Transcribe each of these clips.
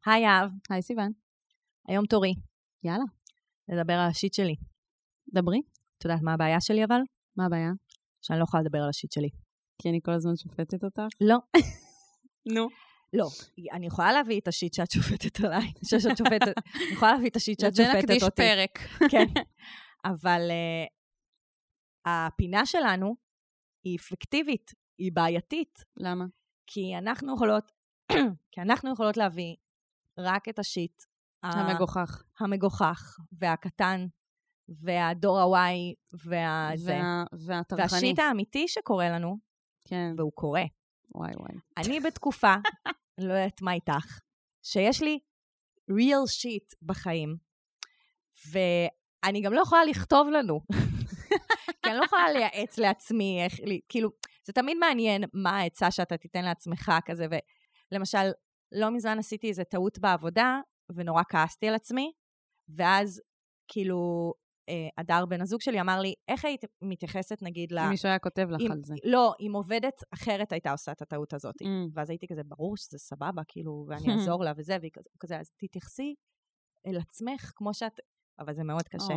היי אהב, היי סיוון. היום תורי. יאללה. לדבר על השיט שלי. דברי. את יודעת מה הבעיה שלי אבל? מה הבעיה? שאני לא יכולה לדבר על השיט שלי. כי אני כל הזמן שופטת אותך? לא. נו. לא. אני יכולה להביא את השיט שאת שופטת עליי. אני יכולה להביא את השיט שאת שופטת אותי. נקדיש פרק. כן. אבל הפינה שלנו היא אפקטיבית, היא בעייתית. למה? כי אנחנו יכולות להביא רק את השיט המגוחך והקטן והדור הוואי והטרחני. והשיט האמיתי שקורה לנו, כן. והוא קורה. וואי. אני בתקופה, לא יודעת מה איתך, שיש לי real shit בחיים, ואני גם לא יכולה לכתוב לנו, כי אני לא יכולה לייעץ לעצמי, כאילו, זה תמיד מעניין מה העצה שאתה תיתן לעצמך כזה, ולמשל, לא מזמן עשיתי איזו טעות בעבודה, ונורא כעסתי על עצמי, ואז כאילו, הדר בן הזוג שלי אמר לי, איך היית מתייחסת נגיד אם מישהו היה כותב לך על זה. לא, אם עובדת אחרת הייתה עושה את הטעות הזאת. ואז הייתי כזה, ברור שזה סבבה, כאילו, ואני אעזור לה וזה, והיא כזה, אז תתייחסי אל עצמך כמו שאת, אבל זה מאוד קשה.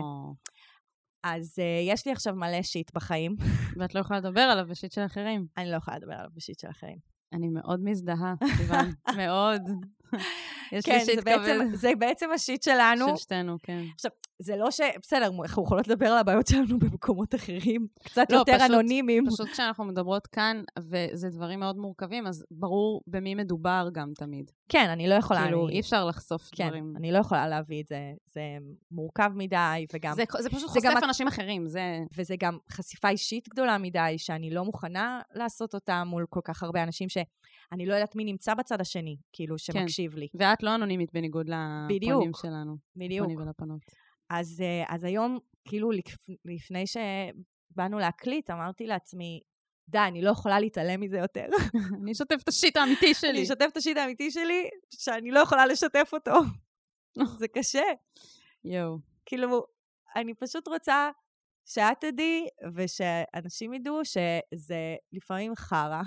אז יש לי עכשיו מלא שיט בחיים. ואת לא יכולה לדבר עליו בשיט של אחרים. אני לא יכולה לדבר עליו בשיט של אחרים. אני מאוד מזדהה, סיוון, מאוד. כן, זה בעצם השיט שלנו. של שתינו, כן. עכשיו, זה לא ש... בסדר, אנחנו יכולות לדבר על הבעיות שלנו במקומות אחרים, קצת יותר אנונימיים. פשוט כשאנחנו מדברות כאן, וזה דברים מאוד מורכבים, אז ברור במי מדובר גם תמיד. כן, אני לא יכולה... כאילו, אי אפשר לחשוף דברים. כן, אני לא יכולה להביא את זה. זה מורכב מדי, וגם... זה פשוט חושף אנשים אחרים, זה... וזה גם חשיפה אישית גדולה מדי, שאני לא מוכנה לעשות אותה מול כל כך הרבה אנשים שאני לא יודעת מי נמצא בצד השני, כאילו, שמקשיב לי. ואת לא אנונימית בניגוד לפונים שלנו. בדיוק. לפונים ולפנות. אז היום, כאילו, לפני שבאנו להקליט, אמרתי לעצמי, די, אני לא יכולה להתעלם מזה יותר. אני אשתף את השיט האמיתי שלי. אני אשתף את השיט האמיתי שלי, שאני לא יכולה לשתף אותו. זה קשה. יואו. כאילו, אני פשוט רוצה שאת תדעי, ושאנשים ידעו שזה לפעמים חרה.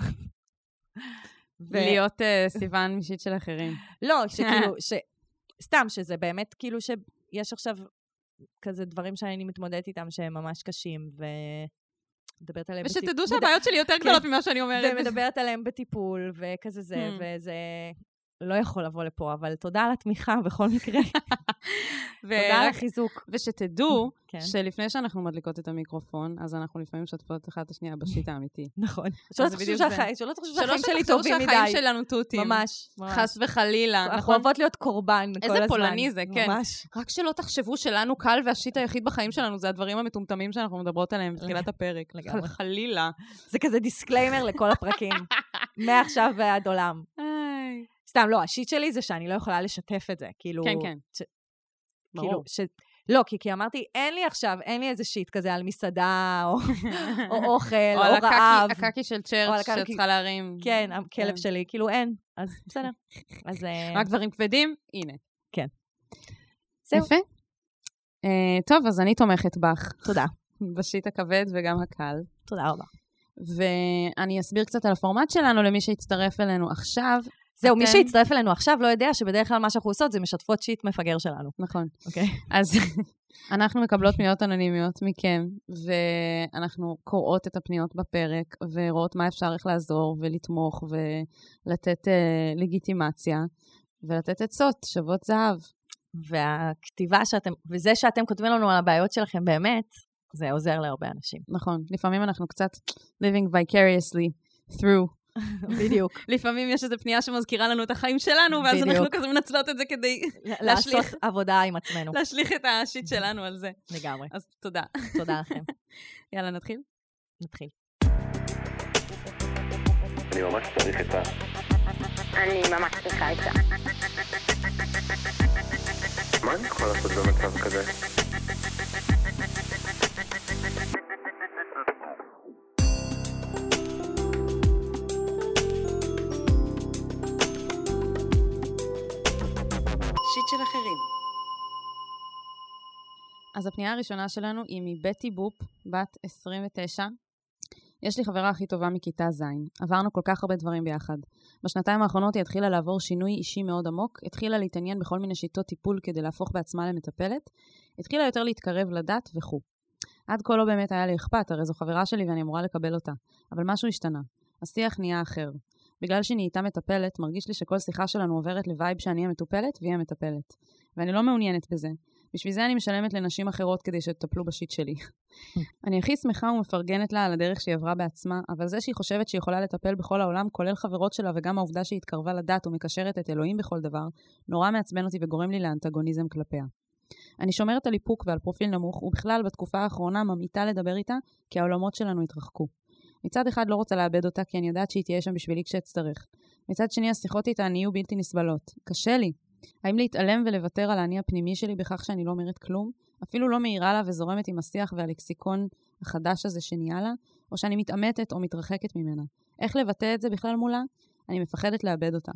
להיות סיוון משיט של אחרים. לא, שכאילו, סתם, שזה באמת כאילו שיש עכשיו כזה דברים שאני מתמודדת איתם שהם ממש קשים, ומדברת עליהם... ושתדעו שהבעיות שלי יותר גדולות ממה שאני אומרת. ומדברת עליהם בטיפול, וכזה זה, וזה לא יכול לבוא לפה, אבל תודה על התמיכה בכל מקרה. תודה על החיזוק. ושתדעו שלפני שאנחנו מדליקות את המיקרופון, אז אנחנו לפעמים שתפות אחת השנייה בשיט האמיתי. נכון. שלא תחשוב שהחיים שלי טובים מדי. שהחיים שלנו טוטים. ממש. חס וחלילה. אנחנו אוהבות להיות קורבן כל הזמן. איזה פולני זה, כן. ממש. רק שלא תחשבו שלנו קל, והשיט היחיד בחיים שלנו זה הדברים המטומטמים שאנחנו מדברות עליהם בתחילת הפרק. חלילה. זה כזה דיסקליימר לכל הפרקים. מעכשיו ועד עולם. סתם, לא, השיט שלי זה שאני לא יכולה לשתף את זה, כאילו... כן, כן. ברור. לא, כי אמרתי, אין לי איזה שיט כזה על מסעדה, או אוכל, או רעב. או על הקקי של צ'רץ' שצריכה להרים. כן, הכלב שלי, כאילו אין, אז בסדר. רק דברים כבדים, הנה. כן. יפה. טוב, אז אני תומכת בך. תודה. בשיט הכבד וגם הקל. תודה רבה. ואני אסביר קצת על הפורמט שלנו למי שיצטרף אלינו עכשיו. זהו, מי שיצטרף אלינו עכשיו לא יודע שבדרך כלל מה שאנחנו עושות זה משתפות שיט מפגר שלנו. נכון. אוקיי. אז אנחנו מקבלות פניות אנונימיות מכם, ואנחנו קוראות את הפניות בפרק, ורואות מה אפשר איך לעזור ולתמוך ולתת לגיטימציה, ולתת עצות, שוות זהב. והכתיבה וזה שאתם כותבים לנו על הבעיות שלכם באמת, זה עוזר להרבה אנשים. נכון. לפעמים אנחנו קצת living vicariously through. בדיוק. לפעמים יש איזו פנייה שמזכירה לנו את החיים שלנו, ואז אנחנו כזה מנצלות את זה כדי לעשות עבודה עם עצמנו. להשליך את השיט שלנו על זה. לגמרי. אז תודה. תודה לכם. יאללה, נתחיל? נתחיל. אני ממש צריך את אני ממש צריכה את מה אני יכול לעשות במצב כזה? שיט של אחרים. אז הפנייה הראשונה שלנו היא מבטי בופ, בת 29. יש לי חברה הכי טובה מכיתה ז'. עברנו כל כך הרבה דברים ביחד. בשנתיים האחרונות היא התחילה לעבור שינוי אישי מאוד עמוק, התחילה להתעניין בכל מיני שיטות טיפול כדי להפוך בעצמה למטפלת, התחילה יותר להתקרב לדת וכו'. עד כה לא באמת היה לי אכפת, הרי זו חברה שלי ואני אמורה לקבל אותה. אבל משהו השתנה. השיח נהיה אחר. בגלל שהיא נהייתה מטפלת, מרגיש לי שכל שיחה שלנו עוברת לווייב שאני המטופלת והיא המטפלת. ואני לא מעוניינת בזה. בשביל זה אני משלמת לנשים אחרות כדי שתטפלו בשיט שלי. אני הכי שמחה ומפרגנת לה על הדרך שהיא עברה בעצמה, אבל זה שהיא חושבת שהיא יכולה לטפל בכל העולם, כולל חברות שלה וגם העובדה שהיא התקרבה לדת ומקשרת את אלוהים בכל דבר, נורא מעצבן אותי וגורם לי לאנטגוניזם כלפיה. אני שומרת על איפוק ועל פרופיל נמוך, ובכלל בתקופה האחרונה ממליצה לדבר איתה, כי העולמות שלנו התרחקו. מצד אחד לא רוצה לאבד אותה, כי אני יודעת שהיא תהיה שם בשבילי כשאצטרך. מצד שני, השיחות איתה נהיו בלתי נסבלות. קשה לי. האם להתעלם ולוותר על האני הפנימי שלי בכך שאני לא אומרת כלום? אפילו לא מהירה לה וזורמת עם השיח והלקסיקון החדש הזה שנהיה לה? או שאני מתאמתת או מתרחקת ממנה? איך לבטא את זה בכלל מולה? אני מפחדת לאבד אותה.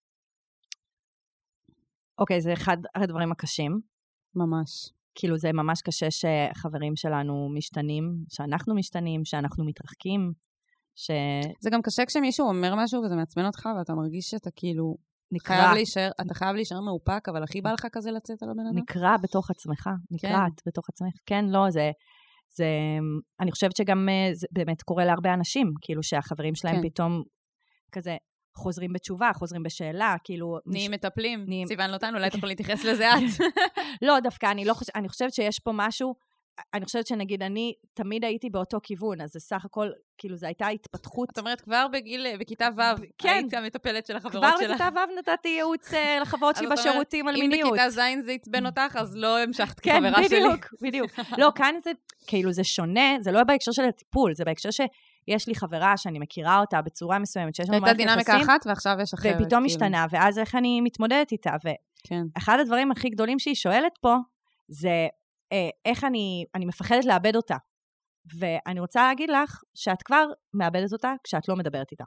אוקיי, זה אחד הדברים הקשים. ממש. כאילו זה ממש קשה שחברים שלנו משתנים, שאנחנו משתנים, שאנחנו מתרחקים, זה גם קשה כשמישהו אומר משהו וזה מעצבן אותך ואתה מרגיש שאתה כאילו אתה חייב להישאר מאופק, אבל הכי בא לך כזה לצאת על הבן אדם? נקרא בתוך עצמך, נקראת בתוך עצמך. כן, לא, אני חושבת שגם זה באמת קורה להרבה אנשים, כאילו שהחברים שלהם פתאום כזה חוזרים בתשובה, חוזרים בשאלה, כאילו... נהיים מטפלים, סיוון לוטן, אולי תוכל להתייחס לזה את. לא, דווקא, אני חושבת שיש פה משהו, אני חושבת שנגיד, אני תמיד הייתי באותו כיוון, אז זה סך הכל, כאילו, זו הייתה התפתחות. את אומרת, כבר בכיתה ו' היית המטפלת של החברות שלך. כבר בכיתה ו' נתתי ייעוץ לחברות שלי בשירותים על מיניות. אם בכיתה ז' זה יצבן אותך, אז לא המשכת כחברה שלי. כן, בדיוק. לא, כאן זה, כאילו, זה שונה, זה לא בהקשר של הטיפול, זה בהקשר שיש לי חברה שאני מכירה אותה בצורה מסוימת, שיש לנו מערכת יחסים. הייתה דינמיקה אחת ועכשיו יש אחרת. ופתאום משתנה, ואז איך אני מתמודדת איתה. ואחד הדברים הכי גדולים שהיא שואלת פה, זה איך אני מפחדת לאבד אותה. ואני רוצה להגיד לך שאת כבר מאבדת אותה כשאת לא מדברת איתה.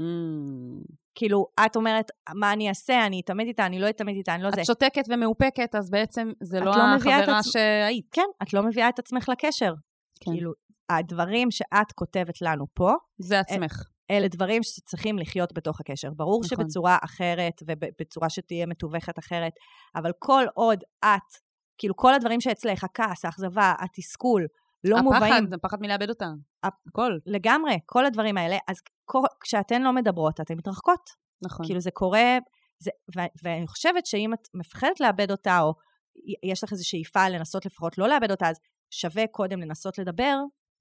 כאילו, את אומרת, מה אני אעשה, אני אתעמת איתה, אני לא אתעמת איתה, אני לא זה. את שותקת ומאופקת, אז בעצם זה לא החברה שהיית. כן, את לא מביאה את עצמך לקשר. כאילו, הדברים שאת כותבת לנו פה, זה עצמך. אלה דברים שצריכים לחיות בתוך הקשר. ברור שבצורה אחרת, ובצורה שתהיה מתווכת אחרת, אבל כל עוד את, כאילו כל הדברים שאצלך, הכעס, האכזבה, התסכול, לא מובאים. הפחד מלאבד אותה. הכל. לגמרי, כל הדברים האלה, אז כשאתן לא מדברות, אתן מתרחקות. נכון. כאילו זה קורה, ואני חושבת שאם את מפחדת לאבד אותה, או יש לך איזו שאיפה לנסות לפחות לא לאבד אותה, אז שווה קודם לנסות לדבר,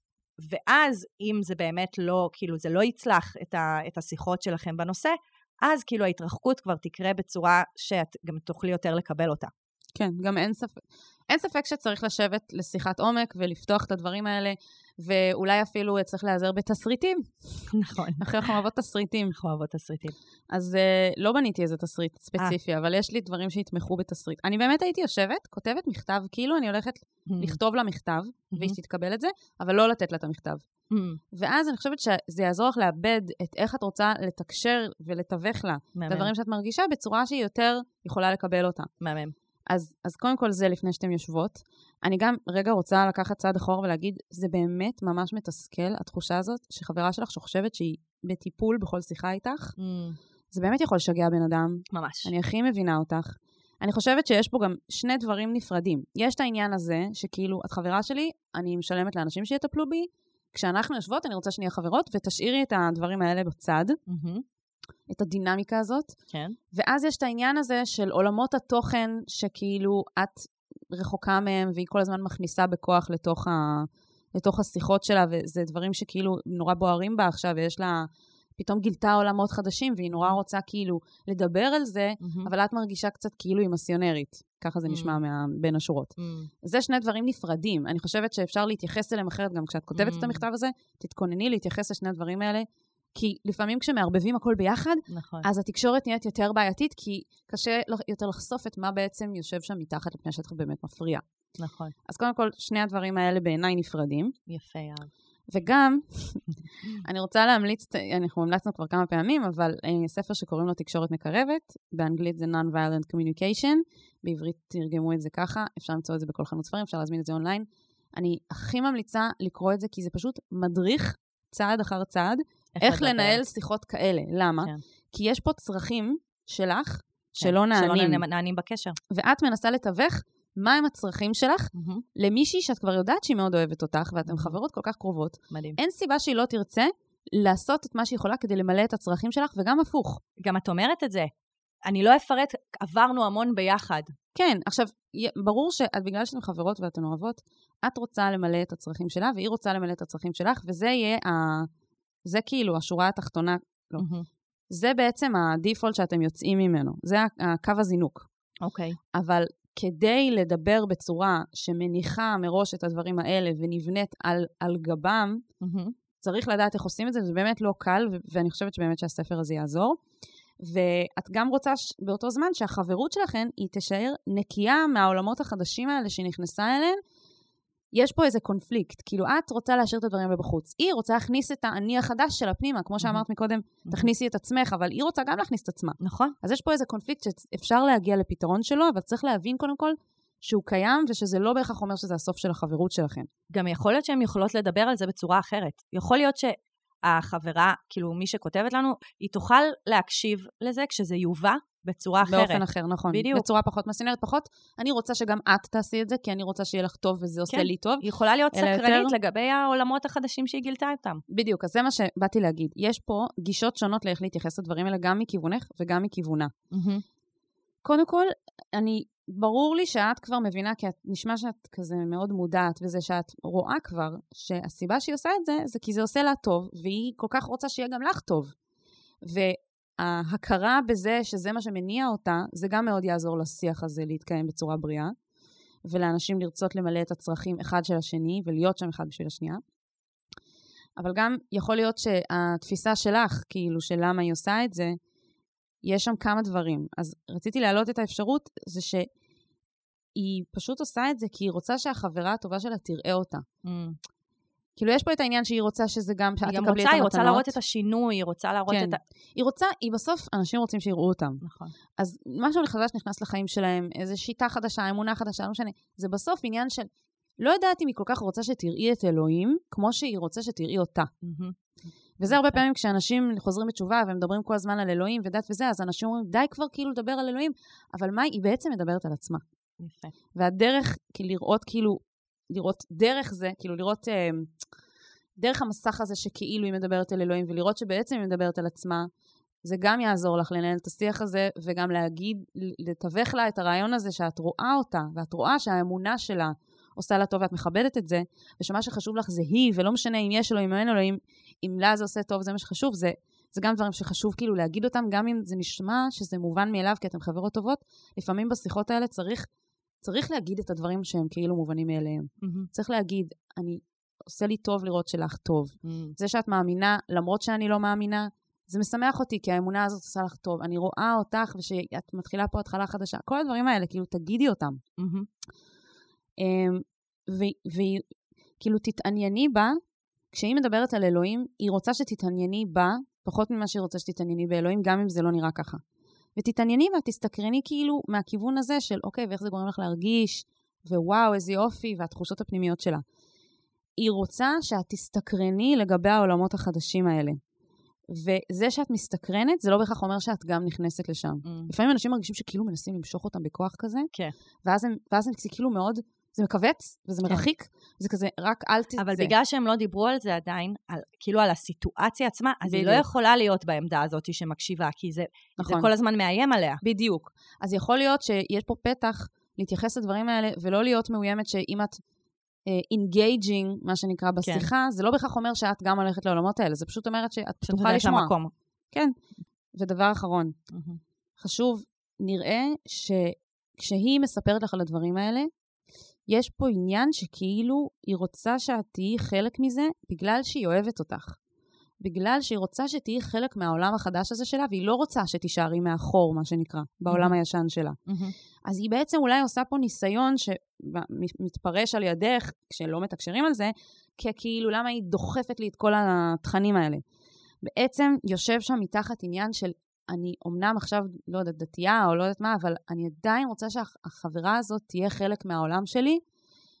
ואז אם זה באמת לא, כאילו זה לא יצלח את השיחות שלכם בנושא, אז כאילו ההתרחקות כבר תקרה בצורה שאת גם תוכלי יותר לקבל אותה. כן, גם אין ספק שצריך לשבת לשיחת עומק ולפתוח את הדברים האלה, ואולי אפילו צריך להיעזר בתסריטים. נכון. אחרי אנחנו אוהבות תסריטים. אנחנו אוהבות תסריטים. אז לא בניתי איזה תסריט ספציפי, אבל יש לי דברים שהתמכו בתסריט. אני באמת הייתי יושבת, כותבת מכתב, כאילו אני הולכת לכתוב לה מכתב, והיא תתקבל את זה, אבל לא לתת לה את המכתב. ואז אני חושבת שזה יעזור לך לאבד את איך את רוצה לתקשר ולתווך לה, את הדברים שאת מרגישה בצורה שהיא יותר יכולה לקבל אותה. מהמם. אז קודם כל זה לפני שאתם יושבות. אני גם רגע רוצה לקחת צעד אחורה ולהגיד, זה באמת ממש מתסכל, התחושה הזאת, שחברה שלך שחושבת שהיא בטיפול בכל שיחה איתך, זה באמת יכול לשגע בן אדם. ממש. אני הכי מבינה אותך. אני חושבת שיש פה גם שני דברים נפרדים. יש את העניין הזה, שכאילו, את חברה שלי, אני משלמת לאנשים שיטפלו בי, כשאנחנו יושבות, אני רוצה שנהיה חברות, ותשאירי את הדברים האלה בצד. את הדינמיקה הזאת. כן. ואז יש את העניין הזה של עולמות התוכן שכאילו את רחוקה מהם והיא כל הזמן מכניסה בכוח לתוך השיחות שלה, וזה דברים שכאילו נורא בוערים בה עכשיו, ויש לה פתאום גילתה עולמות חדשים, והיא נורא רוצה כאילו לדבר על זה, אבל את מרגישה קצת כאילו היא מסיונרית. ככה זה נשמע בין השורות. זה שני דברים נפרדים. אני חושבת שאפשר להתייחס אליהם אחרת, גם כשאת כותבת את המכתב הזה, תתכונני להתייחס לשני הדברים האלה, כי לפעמים כשמערבבים הכל ביחד, נכון. אז התקשורת נהיית יותר בעייתית, כי קשה יותר לחשוף את מה בעצם יושב שם מתחת לפני שאתה באמת מפריע. נכון. אז קודם כל, שני הדברים האלה בעיניי נפרדים. יפה, יאב. וגם, אני רוצה להמליץ, אנחנו המלצנו כבר כמה פעמים, אבל ספר שקוראים לו תקשורת מקרבת, באנגלית זה Non-Violent Communication, בעברית תרגמו את זה ככה, אפשר למצוא את זה בכל חנות ספרים, אפשר להזמין את זה אונליין. אני הכי ממליצה לקרוא את זה, כי זה פשוט מדריך צעד אחר צעד, איך לנהל שיחות כאלה. למה? כן. כי יש פה צרכים שלך שלא נענים. שלא נענים בקשר. ואת מנסה לתווך מהם הצרכים שלך למישהי שאת כבר יודעת שהיא מאוד אוהבת אותך, ואתן חברות כל כך קרובות. מדהים. אין סיבה שהיא לא תרצה לעשות את מה שהיא יכולה כדי למלא את הצרכים שלך, וגם הפוך. גם את אומרת את זה. אני לא אפרט, עברנו המון ביחד. כן, עכשיו, ברור שאת, בגלל שאתן חברות ואתן אוהבות, את רוצה למלא את הצרכים שלה, והיא רוצה למלא את הצרכים שלך, וזה יהיה, זה כאילו השורה התחתונה, לא. זה בעצם הדיפולט שאתם יוצאים ממנו. זה הקו הזינוק. אוקיי. אבל כדי לדבר בצורה שמניחה מראש את הדברים האלה, ונבנית על גבם, צריך לדעת איך עושים את זה, וזה באמת לא קל, ואני חושבת שבאמת שהספר הזה יעזור. ואת גם רוצה באותו זמן שהחברות שלכן היא תישאר נקייה מהעולמות החדשים האלה שנכנסה אליהן. יש פה איזה קונפליקט, כאילו את רוצה להשאיר את הדברים בחוץ. היא רוצה להכניס את האני החדש של הפנימה, כמו שאמרת מקודם, תכניסי את עצמך, אבל היא רוצה גם להכניס את עצמה. נכון. אז יש פה איזה קונפליקט שאפשר להגיע לפתרון שלו, אבל צריך להבין קודם כל שהוא קיים, ושזה לא בהכרח אומר שזה הסוף של החברות שלכן. גם יכול להיות שהן יכולות לדבר על זה בצורה אחרת. יכול להיות שהחברה, כאילו מי שכותבת לנו, היא תוכל להקשיב לזה כשזה יובא בצורה אחרת. באופן אחר, נכון. בדיוק. בצורה פחות מסינרת, פחות. אני רוצה שגם את תעשי את זה, כי אני רוצה שיהיה לך טוב וזה עושה לי טוב. היא יכולה להיות סקרנית יותר... לגבי העולמות החדשים שהיא גילתה אותם. בדיוק, אז זה מה שבאתי להגיד. יש פה גישות שונות לאיך להתייחס לדברים האלה, גם מכיוונך וגם מכיוונה. קודם כל, ברור לי שאת כבר מבינה, כי את נשמע שאת כזה מאוד מודעת, וזה שאת רואה כבר שהסיבה שהיא עושה את זה, זה כי זה עושה לה טוב, והיא כל כך רוצה שיהיה גם לך טוב. וההכרה בזה שזה מה שמניע אותה, זה גם מאוד יעזור לשיח הזה להתקיים בצורה בריאה, ולאנשים לרצות למלא את הצרכים אחד של השני, ולהיות שם אחד בשביל השנייה. אבל גם יכול להיות שהתפיסה שלך, כאילו של למה היא עושה את זה, יש שם כמה דברים. אז רציתי להעלות את האפשרות, זה שהיא פשוט עושה את זה, כי היא רוצה שהחברה הטובה שלה תראה אותה. כאילו יש פה את העניין שהיא רוצה שזה גם, שאת תקבלי את המתנות. היא רוצה להראות את השינוי, היא רוצה להראות את היא בסוף, אנשים רוצים שיראו אותם. נכון. אז משהו חדש נכנס לחיים שלהם, איזו שיטה חדשה, אמונה חדשה, לא משנה. זה בסוף עניין של, לא יודעת אם היא כל כך רוצה שתראי את אלוהים, כמו שהיא רוצה שתראי אותה. וזה הרבה פעמים כשאנשים חוזרים בתשובה, והם מדברים כל הזמן על אלוהים ודת וזה, אז אנשים אומרים, די כבר כאילו לדבר על אלוהים, אבל מה, היא בעצם מדברת על עצמה. יפה. והדרך, לראות דרך זה, כאילו לראות דרך המסך הזה שכאילו היא מדברת על אלוהים, ולראות שבעצם היא מדברת על עצמה, זה גם יעזור לך לנהל את השיח הזה, וגם לתווך לה את הרעיון הזה שאת רואה אותה, ואת רואה שהאמונה שלה עושה לה טוב, ואת מכבדת את זה, ושמה שחשוב לך זה היא, ולא משנה אם יש אלוהים או אין אלוהים, אם לה זה עושה טוב, זה מה שחשוב, זה גם דברים שחשוב כאילו להגיד אותם, גם אם זה נשמע שזה מובן מאליו, כי אתם חברות טובות, לפעמים בשיחות האלה צריך להגיד את הדברים שהם כאילו מובנים מאליהם. צריך להגיד, אני עושה לי טוב לראות שלך טוב. זה שאת מאמינה, למרות שאני לא מאמינה, זה משמח אותי, כי האמונה הזאת עושה לך טוב. אני רואה אותך, ושאת מתחילה פה התחלה חדשה. כל הדברים האלה, כאילו, תגידי אותם. וכאילו, תתענייני בה, כשהיא מדברת על אלוהים, היא רוצה שתתענייני בה, פחות ממה שהיא רוצה שתתענייני באלוהים, גם אם זה לא נראה ככה. ותתענייני בה, תסתקרני כאילו מהכיוון הזה של, אוקיי, ואיך זה גורם לך להרגיש, ווואו, איזה יופי, והתחושות הפנימיות שלה. היא רוצה שאת תסתקרני לגבי העולמות החדשים האלה. וזה שאת מסתקרנת, זה לא בהכרח אומר שאת גם נכנסת לשם. לפעמים אנשים מרגישים שכאילו מנסים למשוך אותם בכוח כזה, ואז הם כאילו מאוד, זה מקווץ, וזה מרחיק, זה כזה, רק אל תצא. אבל בגלל שהם לא דיברו על זה עדיין, כאילו על הסיטואציה עצמה, אז היא לא יכולה להיות בעמדה הזאת שמקשיבה, כי זה כל הזמן מאיים עליה. בדיוק. אז יכול להיות שיש פה פתח להתייחס לדברים האלה, ולא להיות מאוימת שאם את engaging, מה שנקרא בשיחה, זה לא בהכרח אומר שאת גם הולכת לעולמות האלה, זה פשוט אומרת שאת פתוחה לשמוע. כן. ודבר אחרון, חשוב, נראה שכשהיא מספרת לך על הדברים האלה, יש פה עניין שכאילו היא רוצה שאת תהיי חלק מזה, בגלל שהיא אוהבת אותך. בגלל שהיא רוצה שתהיי חלק מהעולם החדש הזה שלה, והיא לא רוצה שתישארי מאחור, מה שנקרא, בעולם הישן שלה. אז היא בעצם אולי עושה פה ניסיון שמתפרש על ידך, כשלא מתקשרים על זה, כאילו למה היא דוחפת לי את כל התכנים האלה. בעצם יושב שם מתחת עניין של, אני אומנם עכשיו לא יודעת דתייה או לא יודעת מה, אבל אני עדיין רוצה שהחברה הזאת תהיה חלק מהעולם שלי,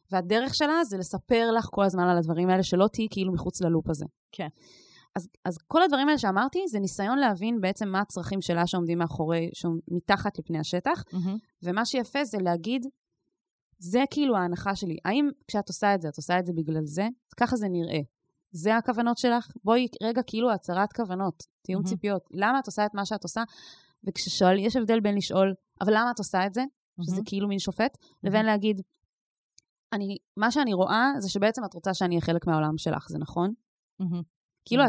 והדרך שלה זה לספר לך כל הזמן על הדברים האלה, שלא תהי כאילו מחוץ ללופ הזה. כן. אז כל הדברים האלה שאמרתי, זה ניסיון להבין בעצם מה הצרכים שלה שעומדים מתחת לפני השטח, ומה שיפה זה להגיד, זה כאילו ההנחה שלי. האם כשאת עושה את זה, את עושה את זה בגלל זה? ככה זה נראה. זה הכוונות שלך? בואי רגע כאילו הצהרת כוונות, תיאום ציפיות. למה את עושה את מה שאת עושה? וכששואל, יש הבדל בין לשאול, אבל למה את עושה את זה? שזה כאילו מין שופט, לבין להגיד, מה שאני רואה זה שבעצם את רוצה שאני אהיה חלק מהעולם שלך, זה נכון? כאילו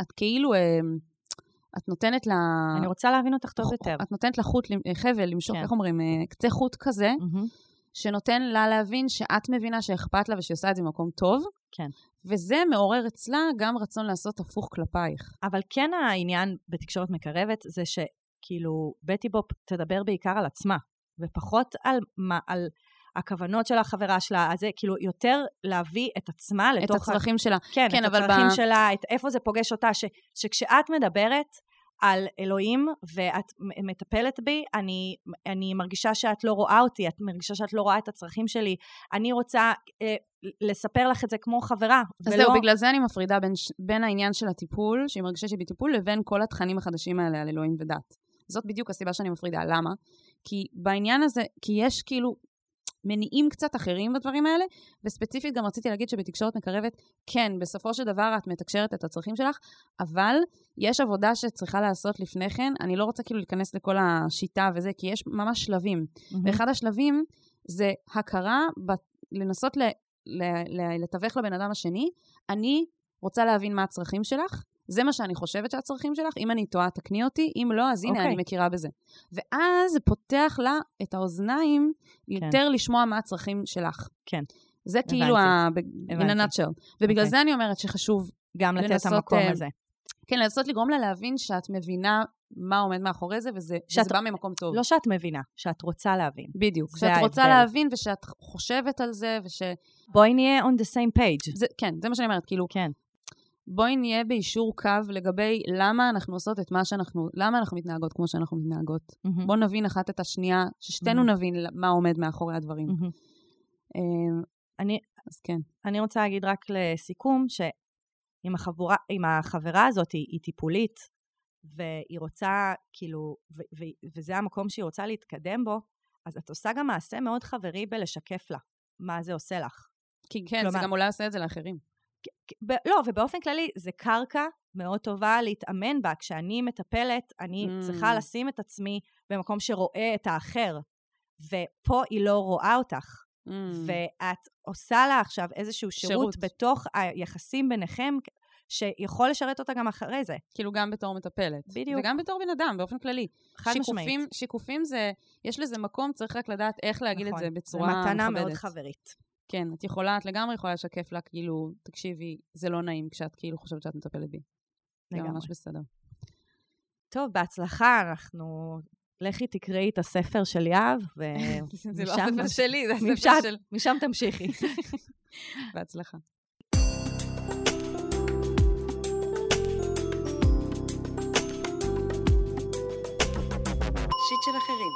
את נותנת לה... אני רוצה להבין אותך טוב יותר. את נותנת לה חבל, למשוך, איך אומרים, קצה חוט כזה, שנותן לה להבין שאת מבינה שאכפת לה ושהיא עושה את זה במקום טוב, כן. וזה מעורר אצלה גם רצון לעשות הפוך כלפייך. אבל כן העניין בתקשורת מקרבת זה שכאילו בטי בופ תדבר בעיקר על עצמה, ופחות על הכוונות של החברה שלה, אז זה כאילו יותר להביא את עצמה לתוך... את הצרכים שלה. כן, את הצרכים שלה, את איפה זה פוגש אותה, שכשאת מדברת על אלוהים ואת מטפלת בי, אני מרגישה שאת לא רואה אותי, את מרגישה שאת לא רואה את הצרכים שלי, אני רוצה לספר לך את זה כמו חברה. אז זהו, בגלל זה אני מפרידה בין העניין של הטיפול, שהיא מרגישה שהיא בטיפול, לבין כל התכנים החדשים האלה על אלוהים ודת. זאת בדיוק הסיבה שאני מפרידה. למה? כי בעניין הזה, כי יש כאילו מניעים קצת אחרים בדברים האלה, וספציפית גם רציתי להגיד שבתקשורת מקרבת, כן, בסופו של דבר את מתקשרת את הצרכים שלך, אבל יש עבודה שצריכה לעשות לפני כן, אני לא רוצה כאילו להיכנס לכל השיטה וזה, כי יש ממש שלבים. ואחד השלבים זה הכרה, לנסות לתווך לבן אדם השני, אני רוצה להבין מה הצרכים שלך, זה מה שאני חושבת שהצרכים שלך, אם אני טועה תקני אותי, אם לא, אז הנה אני מכירה בזה. ואז זה פותח לה את האוזניים יותר לשמוע מה הצרכים שלך. כן. זה כאילו in a nutshell. ובגלל זה אני אומרת שחשוב גם לתת המקום הזה. כן, לנסות לגרום לה להבין שאת מבינה מה עומד מאחורי זה, וזה בא ממקום טוב. לא שאת מבינה, שאת רוצה להבין. בדיוק. שאת רוצה להבין ושאת חושבת על זה, בואי נהיה on the same page. כן, זה מה שאני אומרת, כאילו. כן. בואי נהיה באישור קו לגבי למה אנחנו עושות את מה שאנחנו, למה אנחנו מתנהגות כמו שאנחנו מתנהגות. בואו נבין אחת את השנייה, ששתינו נבין מה עומד מאחורי הדברים. אז כן. אני רוצה להגיד רק לסיכום, שאם החברה הזאת היא טיפולית, והיא רוצה, כאילו, וזה המקום שהיא רוצה להתקדם בו, אז את עושה גם מעשה מאוד חברי בלשקף לה מה זה עושה לך. כי כן, זה גם אולי עושה את זה לאחרים. לא, ובאופן כללי זה קרקע מאוד טובה להתאמן בה. כשאני מטפלת, אני צריכה לשים את עצמי במקום שרואה את האחר, ופה היא לא רואה אותך. ואת עושה לה עכשיו איזשהו שירות בתוך היחסים ביניכם, שיכול לשרת אותה גם אחרי זה. כאילו גם בתור מטפלת. בדיוק. וגם בתור בן אדם, באופן כללי. חד משמעית. שיקופים זה, יש לזה מקום, צריך רק לדעת איך להגיד את זה בצורה מכבדת. זה מתנה מאוד חברית. כן, את לגמרי יכולה לשקף לה, כאילו, תקשיבי, זה לא נעים כשאת כאילו חושבת שאת מטפלת בי. זה ממש בסדר. טוב, בהצלחה, לכי תקראי את הספר של יהב, זה לא הספר שלי, זה הספר של... משם תמשיכי. בהצלחה. שיט של אחרים.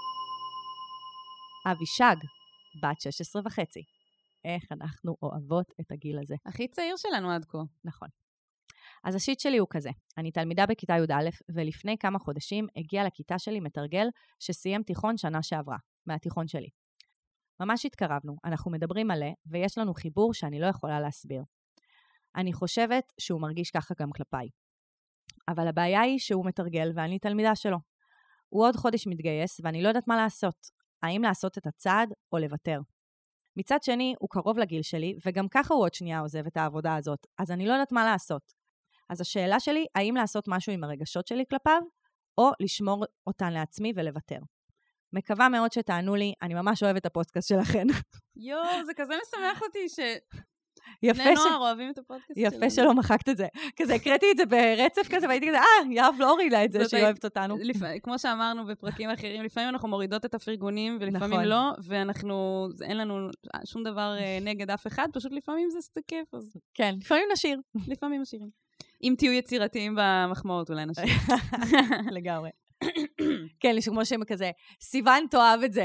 אבישג, בת 16 וחצי. איך אנחנו אוהבות את הגיל הזה. הכי צעיר שלנו עד כה. נכון. אז השיט שלי הוא כזה. אני תלמידה בכיתה י"א, ולפני כמה חודשים הגיע לכיתה שלי מתרגל שסיים תיכון שנה שעברה, מהתיכון שלי. ממש התקרבנו, אנחנו מדברים מלא, ויש לנו חיבור שאני לא יכולה להסביר. אני חושבת שהוא מרגיש ככה גם כלפיי. אבל הבעיה היא שהוא מתרגל ואני תלמידה שלו. הוא עוד חודש מתגייס, ואני לא יודעת מה לעשות. האם לעשות את הצעד או לוותר. מצד שני, הוא קרוב לגיל שלי, וגם ככה הוא עוד שנייה עוזב את העבודה הזאת, אז אני לא יודעת מה לעשות. אז השאלה שלי, האם לעשות משהו עם הרגשות שלי כלפיו, או לשמור אותן לעצמי ולוותר. מקווה מאוד שתענו לי, אני ממש אוהבת את הפודקאסט שלכן. יואו, זה כזה משמח אותי ש... יפה בני נוער אוהבים את הפודקאסט שלנו. יפה שלא מחקת את זה. כזה הקראתי את זה ברצף כזה, והייתי כזה, יהב לא הורידה את זה שהיא אוהבת אותנו. כמו שאמרנו בפרקים אחרים, לפעמים אנחנו מורידות את הפרגונים, ולפעמים לא, ואנחנו, אין לנו שום דבר נגד אף אחד, פשוט לפעמים זה סתקף. כן, לפעמים נשאיר. לפעמים נשאירים. אם תהיו יצירתיים במחמאות, אולי נשאיר. לגמרי. כן, כמו שהם כזה, סיוון תאהב את זה.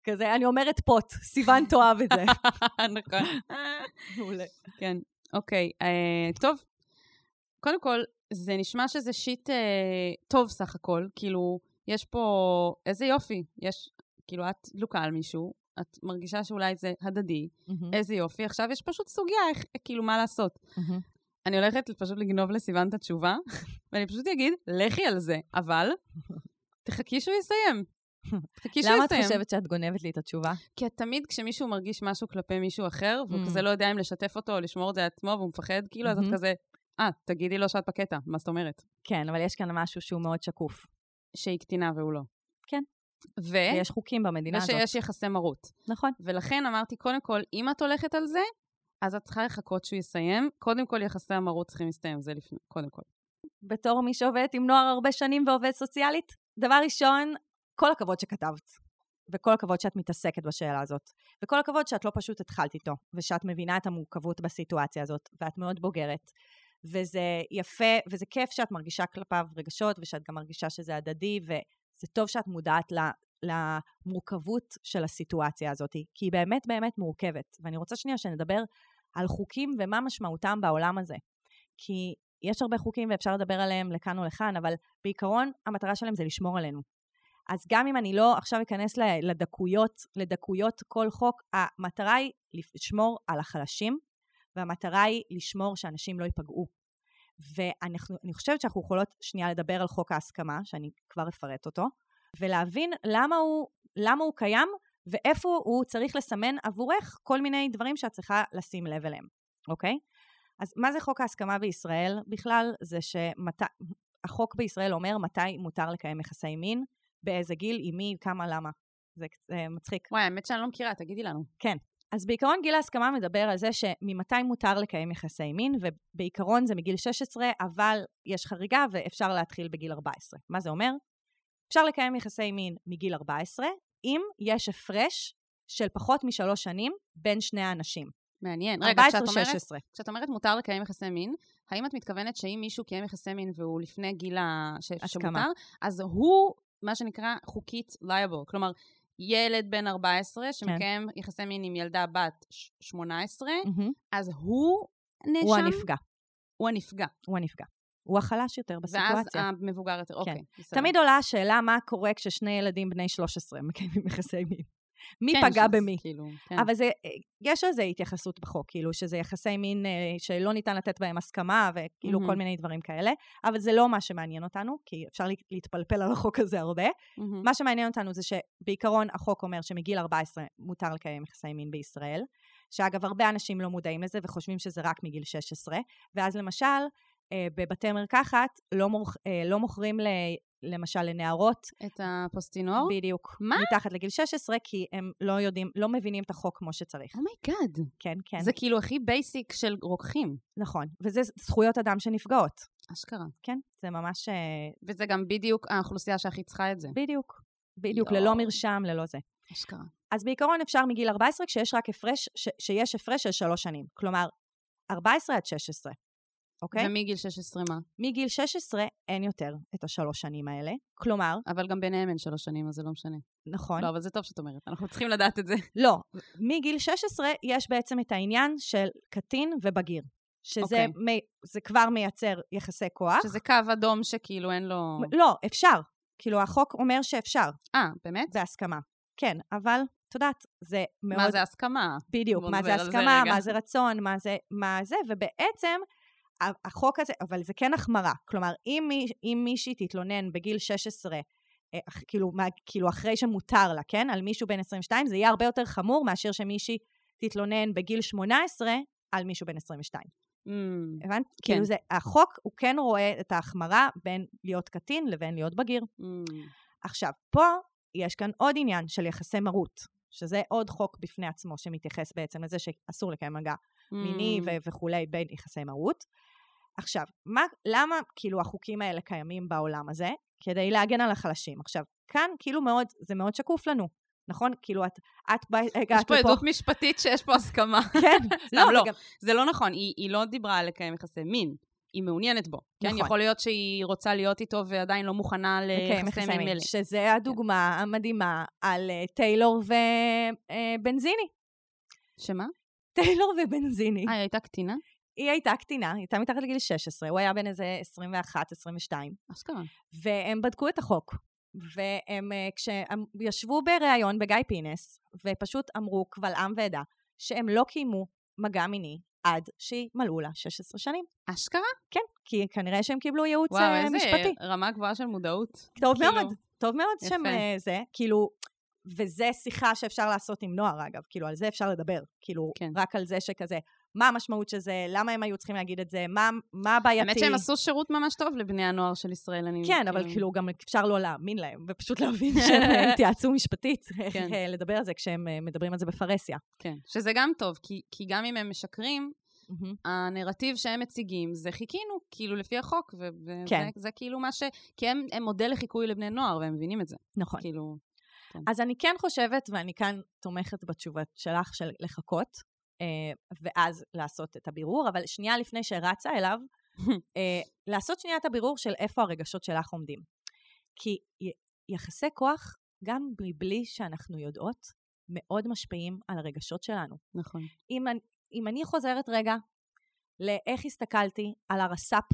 כזה, אני אומרת פוט, סיוון תאהב את זה. נכון. מעולה. כן, אוקיי. טוב, קודם כל, זה נשמע שזה שיט טוב סך הכל, כאילו, יש פה, איזה יופי, יש, כאילו, את דלוקה על מישהו, את מרגישה שאולי זה הדדי, איזה יופי, עכשיו יש פשוט סוגיה, כאילו, מה לעשות. אני הולכת פשוט לגנוב לסיוון את התשובה, ואני פשוט אגיד, לכי על זה, אבל תחכי שהוא יסיים. למה את חושבת שאת גונבת לי את התשובה? כי תמיד כשמישהו מרגיש משהו כלפי מישהו אחר, והוא כזה לא יודע אם לשתף אותו או לשמור את זה עצמו, והוא מפחד, כאילו, אז את כזה, תגידי לו שאת בקטע, מה זאת אומרת? כן, אבל יש כאן משהו שהוא מאוד שקוף. שהיא קטינה והוא לא. כן. ויש חוקים במדינה הזאת. ושיש יחסי מרות. נכון. ולכן אמרתי, קודם כל, אם את הולכת על זה, אז את צריכה לחכות שהוא יסיים. קודם כל, יחסי המרות צריכים להסתיים, זה לפני, קודם כל. בתור מי שעובדת עם נוער הרבה שנים ועובד סוציאלית, דבר ראשון, כל הכבוד שכתבת, וכל הכבוד שאת מתעסקת בשאלה הזאת, וכל הכבוד שאת לא פשוט התחלת איתו, ושאת מבינה את המורכבות בסיטואציה הזאת, ואת מאוד בוגרת, וזה יפה, וזה כיף שאת מרגישה כלפיו רגשות, ושאת גם מרגישה שזה הדדי, וזה טוב שאת מודעת למורכבות של הסיטואציה הזאת, כי היא באמת באמת מורכבת, ואני רוצה שנייה שנדבר על חוקים ומה משמעותם בעולם הזה, כי יש הרבה חוקים ואפשר לדבר עליהם לכאן או לכאן, אבל בעיקרון המטרה שלהם זה לשמור עלינו. אז גם אם אני לא עכשיו אכנס לדקויות כל חוק, המטרה היא לשמור על החלשים, והמטרה היא לשמור שאנשים לא ייפגעו. ואני חושבת שאנחנו יכולות שנייה לדבר על חוק ההסכמה, שאני כבר אפרט אותו, ולהבין למה הוא קיים, ואיפה הוא צריך לסמן עבורך כל מיני דברים שאת צריכה לשים לב אליהם, אוקיי? אז מה זה חוק ההסכמה בישראל? בכלל זה שהחוק בישראל אומר מתי מותר לקיים יחסי מין, באיזה גיל, עם מי, כמה, למה. זה מצחיק. וואי, האמת שאני לא מכירה, תגידי לנו. כן. אז בעיקרון גיל ההסכמה מדבר על זה שממתי מותר לקיים יחסי מין, ובעיקרון זה מגיל 16, אבל יש חריגה ואפשר להתחיל בגיל 14. מה זה אומר? אפשר לקיים יחסי מין מגיל 14, אם יש הפרש של פחות מ3 שנים בין שני האנשים. מעניין. 14-16. כשאת אומרת מותר לקיים יחסי מין, האם את מתכוונת שאם מישהו קיים יחסי מין והוא לפני גיל שמותר, אז הוא, מה שנקרא, חוקית liable. כלומר, ילד בן 14 שמקיים יחסי מין עם ילדה בת 18, אז הוא נאשם? הוא הנפגע. הוא הנפגע. הוא הנפגע. הוא החלש יותר בסיטואציה. ואז המבוגר יותר, אוקיי. תמיד עולה השאלה מה קורה כששני ילדים בני 13 מקיימים יחסי מין. מי פגע במי? אבל יש לזה התייחסות בחוק, כאילו שזה יחסי מין שלא ניתן לתת בהם הסכמה, וכאילו כל מיני דברים כאלה, אבל זה לא מה שמעניין אותנו, כי אפשר להתפלפל על החוק הזה הרבה. מה שמעניין אותנו זה שבעיקרון החוק אומר שמגיל 14 מותר לקיים יחסי מין בישראל, שאגב הרבה אנשים לא מודעים לזה וחושבים שזה רק מגיל 16, ואז למשל בבתי מרקחת לא מוכרים למשל לנערות. את הפוסטינור? בדיוק. מה? מתחת לגיל 16, כי הם לא מבינים את החוק כמו שצריך. אומייגאד. כן, כן. זה כאילו הכי בייסיק של רוקחים. נכון. וזה זכויות אדם שנפגעות. אשכרה. כן, זה ממש... וזה גם בדיוק האוכלוסייה שהכי צריכה את זה. בדיוק. בדיוק, ללא מרשם, ללא זה. אשכרה. אז בעיקרון אפשר מגיל 14, כשיש רק שיש הפרש של 3 שנים. כלומר, 14 עד 16. אוקיי? ומגיל 16 מה? מגיל 16 אין יותר את 3 שנים האלה. כלומר... אבל גם ביניהם אין 3 שנים, אז זה לא משנה. נכון. לא, אבל זה טוב שאת אומרת. אנחנו צריכים לדעת את זה. לא. מגיל 16 יש בעצם את העניין של קטין ובגיר. שזה זה כבר מייצר יחסי כוח. שזה קו אדום שכאילו אין לו... לא, אפשר. כאילו החוק אומר שאפשר. באמת? בהסכמה. כן, אבל... את יודעת, זה מאוד... מה זה הסכמה? בדיוק, מה זה הסכמה, מה זה רצון, מה זה, ובעצם החוק הזה, אבל זה כן החמרה. כלומר, אם מישהי תתלונן בגיל 16, כאילו אחרי שמותר לה, כן? על מישהו בן 22, זה יהיה הרבה יותר חמור מאשר שמישהי תתלונן בגיל 18 על מישהו בן 22. הבנת? כאילו זה, החוק הוא כן רואה את ההחמרה בין להיות קטין לבין להיות בגיר. עכשיו, פה יש כאן עוד עניין של יחסי מרות, שזה עוד חוק בפני עצמו שמתייחס בעצם לזה שאסור לקיים מגע מיני וכולי בין יחסי מרות. עכשיו, למה כאילו החוקים האלה קיימים בעולם הזה? כדי להגן על החלשים. עכשיו, כאן כאילו מאוד, זה מאוד שקוף לנו, נכון? כאילו את הגעת יש פה עדות משפטית שיש פה הסכמה. כן. לא, זה לא נכון, היא לא דיברה על לקיים יחסי מין. היא מעוניינת בו. כן, נכון. יכול להיות שהיא רוצה להיות איתו ועדיין לא מוכנה לחסם עם מלא. שזה הדוגמה המדהימה על טיילור ובנזיני. שמה? טיילור ובנזיני. היא הייתה קטינה? היא הייתה קטינה, היא הייתה מתחת לגיל 16, הוא היה בין איזה 21, 22. אשכרה. והם בדקו את החוק. והם, כשהם ישבו בריאיון בגיא פינס, ופשוט אמרו קבל עם ועדה, שהם לא קיימו מגע מיני עד שימלאו לה 16 שנים. אשכרה? כן, כי כנראה שהם קיבלו ייעוץ וואו, משפטי. איזה רמה גבוהה של מודעות. טוב כאילו, מאוד, טוב מאוד יפה. שם זה, כאילו, וזה שיחה שאפשר לעשות עם נוער, אגב, כאילו, על זה אפשר לדבר, כאילו, כן. רק על זה שכזה, מה המשמעות של זה, למה הם היו צריכים להגיד את זה, מה הבעייתי. האמת שהם עשו שירות ממש טוב לבני הנוער של ישראל. כן, אבל כאילו גם אפשר לא להאמין להם, ופשוט להבין שהם התייעצו משפטית, איך לדבר על זה כשהם מדברים על זה בפרסיה. כן, שזה גם טוב, כי גם אם הם משקרים, הנרטיב שהם מציגים, זה חיכינו, כאילו לפי החוק, וזה כאילו מה ש... כי הם מודל לחיקוי לבני נוער, והם מבינים את זה. נכון. כאילו... אז אני כן חושבת, ואני כאן תומכת בתשובה שלך של לחכות, ואז לעשות את הבירור, אבל שנייה לפני שרצה אליו, לעשות שנייה את הבירור של איפה הרגשות שלך עומדים. כי יחסי כוח, גם בלי שאנחנו יודעות, מאוד משפיעים על הרגשות שלנו. נכון. אם אני חוזרת רגע לאיך הסתכלתי על הרס"פ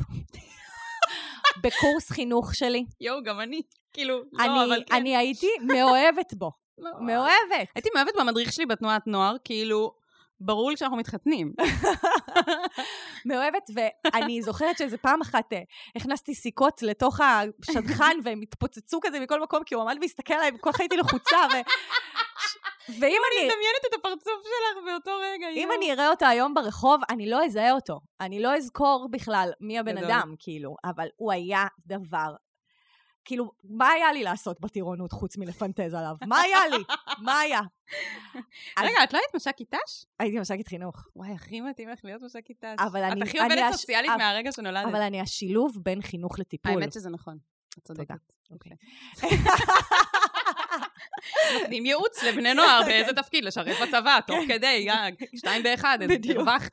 בקורס חינוך שלי. יואו, גם אני. כאילו, לא, אבל כן. אני הייתי מאוהבת בו. מאוהבת. הייתי מאוהבת במדריך שלי בתנועת נוער, כאילו, ברור לי שאנחנו מתחתנים. מאוהבת, ואני זוכרת שזה פעם אחת הכנסתי סיכות לתוך השדכן, והם התפוצצו כזה מכל מקום, כי הוא עמד והסתכל עליי, וכל כך הייתי לחוצה, ואם אני מדמיינת את הפרצוף שלך באותו רגע. אם אני אראה אותו היום ברחוב, אני לא אזהה אותו. אני לא אזכור בכלל מי הבן אדם, כאילו, אבל הוא היה דבר... כאילו, מה היה לי לעשות בטירונות חוץ מלפנטז עליו? מה היה לי? מה היה? רגע, את לא היית מש"קית ת"ש? הייתי מש"קית חינוך. וואי, הכי מתאים לך להיות מש"קית ת"ש. את הכי עובדת סוציאלית מהרגע שנולדת. אבל אני השילוב בין חינוך לטיפול. האמת שזה נכון. את צודקת. אוקיי. נותנים ייעוץ לבני נוער באיזה תפקיד, לשרת בצבא, תוך כדי, 2 ב-1, הרווחת.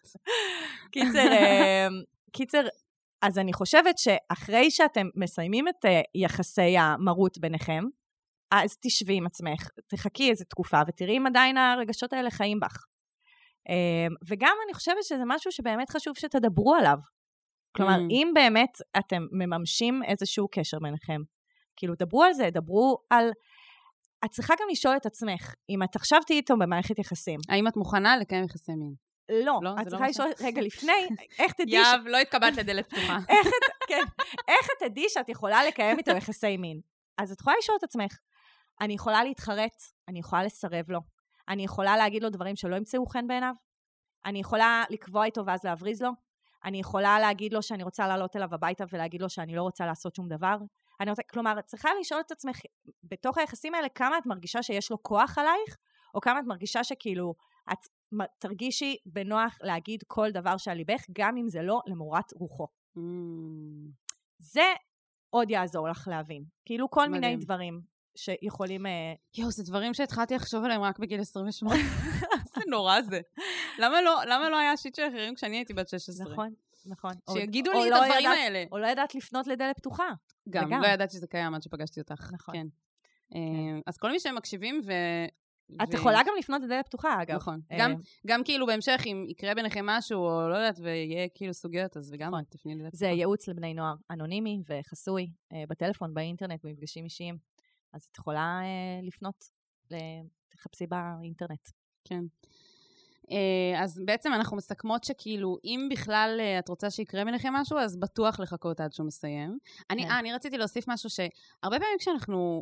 קיצר, אז אני חושבת שאחרי שאתם מסיימים את יחסי המרות ביניכם, אז תשבי עם עצמך, תחכי איזו תקופה, ותראי אם עדיין הרגשות האלה חיים בך. וגם אני חושבת שזה משהו שבאמת חשוב שתדברו עליו. כלומר, אם באמת אתם מממשים איזשהו קשר ביניכם, כאילו דברו על זה, דברו על... את צריכה גם לשאול את עצמך, אם את עכשיו תהיי איתו במערכת יחסים. האם את מוכנה לקיים יחסי מין? לא, את צריכה לשאול רגע לפני, איך תדעי... יאב, לא התקבלת לדלת פתוחה. איך את תדעי שאת יכולה לקיים איתו יחסי מין? אז את יכולה לשאול את עצמך, אני יכולה להתחרט, אני יכולה לסרב לו, אני יכולה להגיד לו דברים שלא ימצאו חן בעיניו, אני יכולה לקבוע איתו ואז להבריז לו, אני יכולה להגיד לו שאני רוצה לעלות אליו הביתה ולהגיד לו שאני לא רוצה לעשות שום דבר. כלומר, את צריכה לשאול את עצמך, בתוך היחסים האלה, כמה את מרגישה שיש לו כוח עלייך, או כמה את מרגישה שכאילו, את תרגישי בנוח להגיד כל דבר שעל ליבך, גם אם זה לא למורת רוחו. זה עוד יעזור לך להבין. כאילו כל מיני דברים שיכולים... יואו, זה דברים שהתחלתי לחשוב עליהם רק בגיל 28. זה נורא זה. למה לא היה שיט של אחרים כשאני הייתי בת 16? נכון. שיגידו לי את הדברים האלה. או לא ידעת לפנות לדלת פתוחה. גם, לא ידעת שזה קיים עד שפגשתי אותך. נכון. כן. אז כל מי שהם מקשיבים את יכולה גם לפנות לדלת פתוחה, אגב. נכון. גם כאילו בהמשך, אם יקרה ביניכם משהו, או לא יודעת, ויהיה כאילו סוגיות, אז וגם תפני לדלת פתוחה. זה ייעוץ לבני נוער אנונימי וחסוי, בטלפון, באינטרנט, במפגשים אישיים. אז את יכולה לפנות, תחפשי באינטרנט. כן. אז בעצם אנחנו מסכמות שכאילו, אם בכלל את רוצה שיקרה ביניכם משהו, אז בטוח לחכות עד שהוא מסיים. אני רציתי להוסיף משהו שהרבה פעמים כשאנחנו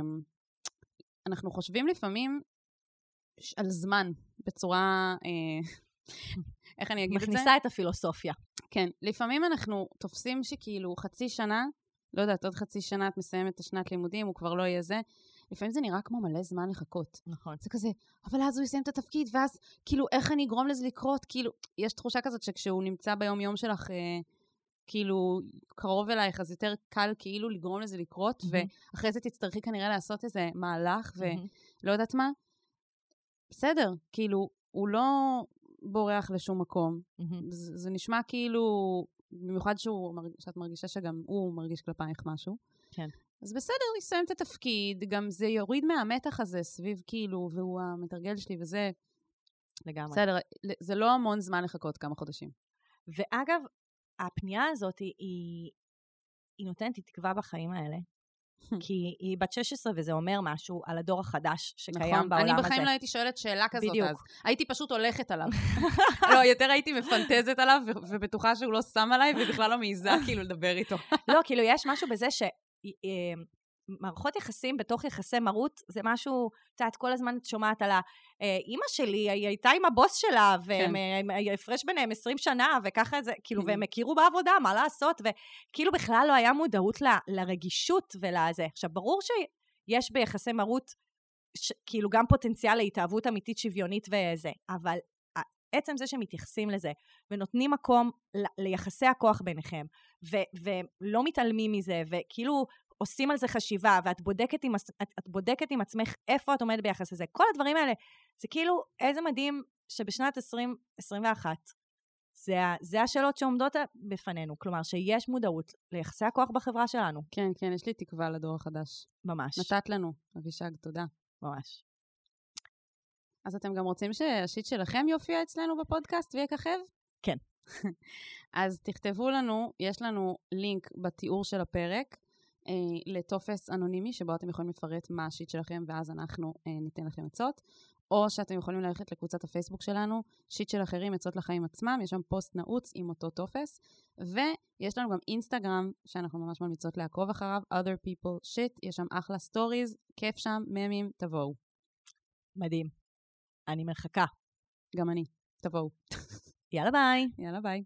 חושבים לפעמים על זמן, בצורה, איך אני אגיד את זה? מכניסה את הפילוסופיה. כן, לפעמים אנחנו תופסים שכאילו חצי שנה, לא יודעת, עוד חצי שנה את מסיימת את השנת לימודים, הוא כבר לא יהיה זה. לפעמים זה נראה כמו מלא זמן לחכות. נכון. זה כזה, אבל אז הוא יסיים את התפקיד, ואז כאילו איך אני אגרום לזה לקרות? כאילו, יש תחושה כזאת שכשהוא נמצא ביום יום שלך, כאילו קרוב אלייך, אז יותר קל כאילו לגרום לזה לקרות, ואחרי זה תצטרכי כנראה לעשות איזה מהלך, ולא יודעת מה. בסדר, כאילו, הוא לא בורח לשום מקום. זה נשמע כאילו במיוחד שאת מרגישה שגם הוא מרגיש כלפייך משהו. כן. אז בסדר, לסיים את התפקיד, גם זה יוריד מהמתח הזה סביב כאילו, והוא המתרגל שלי וזה. לגמרי. בסדר, זה לא המון זמן לחכות כמה חודשים. ואגב, הפנייה הזאת היא נותנת לי תקווה בחיים האלה. כי היא בת 16 וזה אומר משהו על הדור החדש שקיים בעולם הזה. אני בחיים לא הייתי שואלת שאלה כזאת בדיוק. אז. הייתי פשוט הולכת עליו. לא, יותר הייתי מפנטזת עליו ובטוחה שהוא לא שם עליי ובכלל לא מעיזה כאילו לדבר איתו. לא, כאילו יש משהו בזה מערכות יחסים בתוך יחסי מרות, זה משהו, את יודעת, כל הזמן את שומעת על האמא שלי, היא הייתה עם הבוס שלה, והפרש ביניהם 20 שנה, וככה זה, כאילו, והם הכירו בעבודה, מה לעשות, וכאילו בכלל לא היה מודעות לרגישות ולזה. עכשיו, ברור שיש ביחסי מרות, כאילו גם פוטנציאל להתאהבות אמיתית שוויונית וזה, אבל עצם זה שמתייחסים לזה, ונותנים מקום ליחסי הכוח ביניכם, ולא מתעלמים מזה, וכאילו עושים על זה חשיבה, ואת בודקת עם עצמך איפה את עומדת ביחס לזה. כל הדברים האלה, זה כאילו איזה מדהים שבשנת 2021, זה השאלות שעומדות בפנינו, כלומר שיש מודעות ליחסי הכוח בחברה שלנו. כן, כן, יש לי תקווה לדור החדש. ממש. נתת לנו, אבישג, תודה. ממש. אז אתם גם רוצים שהשיט שלכם יופיע אצלנו בפודקאסט ויככב? כן. אז תכתבו לנו, יש לנו לינק בתיאור של הפרק, לטופס אנונימי, שבו אתם יכולים לפרט מה השיט שלכם, ואז אנחנו ניתן לכם עצות, או שאתם יכולים ללכת לקבוצת הפייסבוק שלנו, שיט של אחרים, עצות לחיים עצמם, יש שם פוסט נעוץ עם אותו טופס, ויש לנו גם אינסטגרם, שאנחנו ממש ממליצות לעקוב אחריו, other people shit, יש שם אחלה סטוריז, כיף שם, ממים, תבואו. מדהים. אני מחכה. גם אני, תבואו. יאללה ביי. יאללה ביי.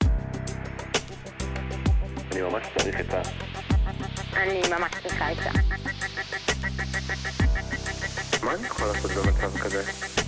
אני ממש צריך את אני ממש צריכה את זה. מה אני יכול לעשות במצב כזה?